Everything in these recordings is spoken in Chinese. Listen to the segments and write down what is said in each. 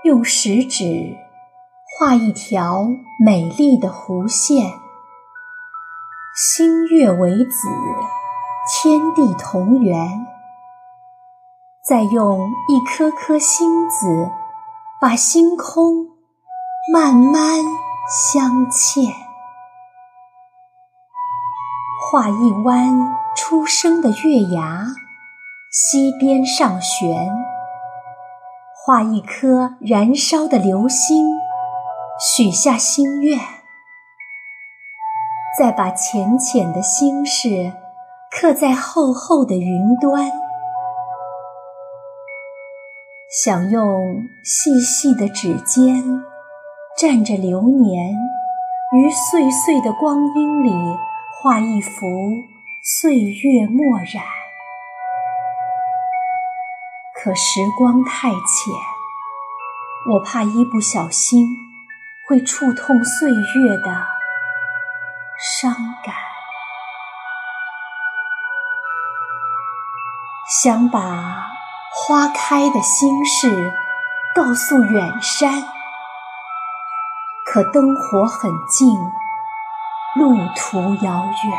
用食指画一条美丽的弧线，星月为子，天地同源。再用一颗颗星子把星空慢慢镶嵌，画一弯初升的月牙，西边上悬，画一颗燃烧的流星，许下心愿。再把浅浅的心事刻在厚厚的云端，想用细细的指尖蘸着流年，于岁岁的光阴里画一幅岁月墨染。可时光太浅，我怕一不小心会触痛岁月的伤感。想把花开的心事告诉远山，可灯火很近，路途遥远。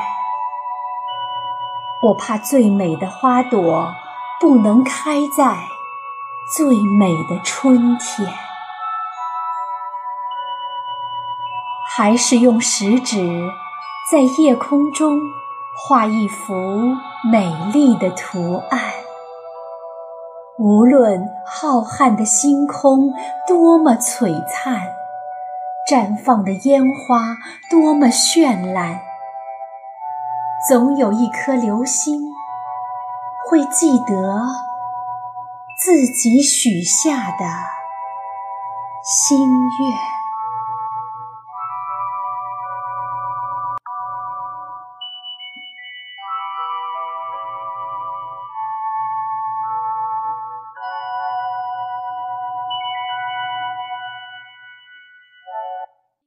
我怕最美的花朵不能开在最美的春天。还是用食指在夜空中画一幅美丽的图案。无论浩瀚的星空多么璀璨，绽放的烟花多么绚烂，总有一颗流星会记得自己许下的心愿。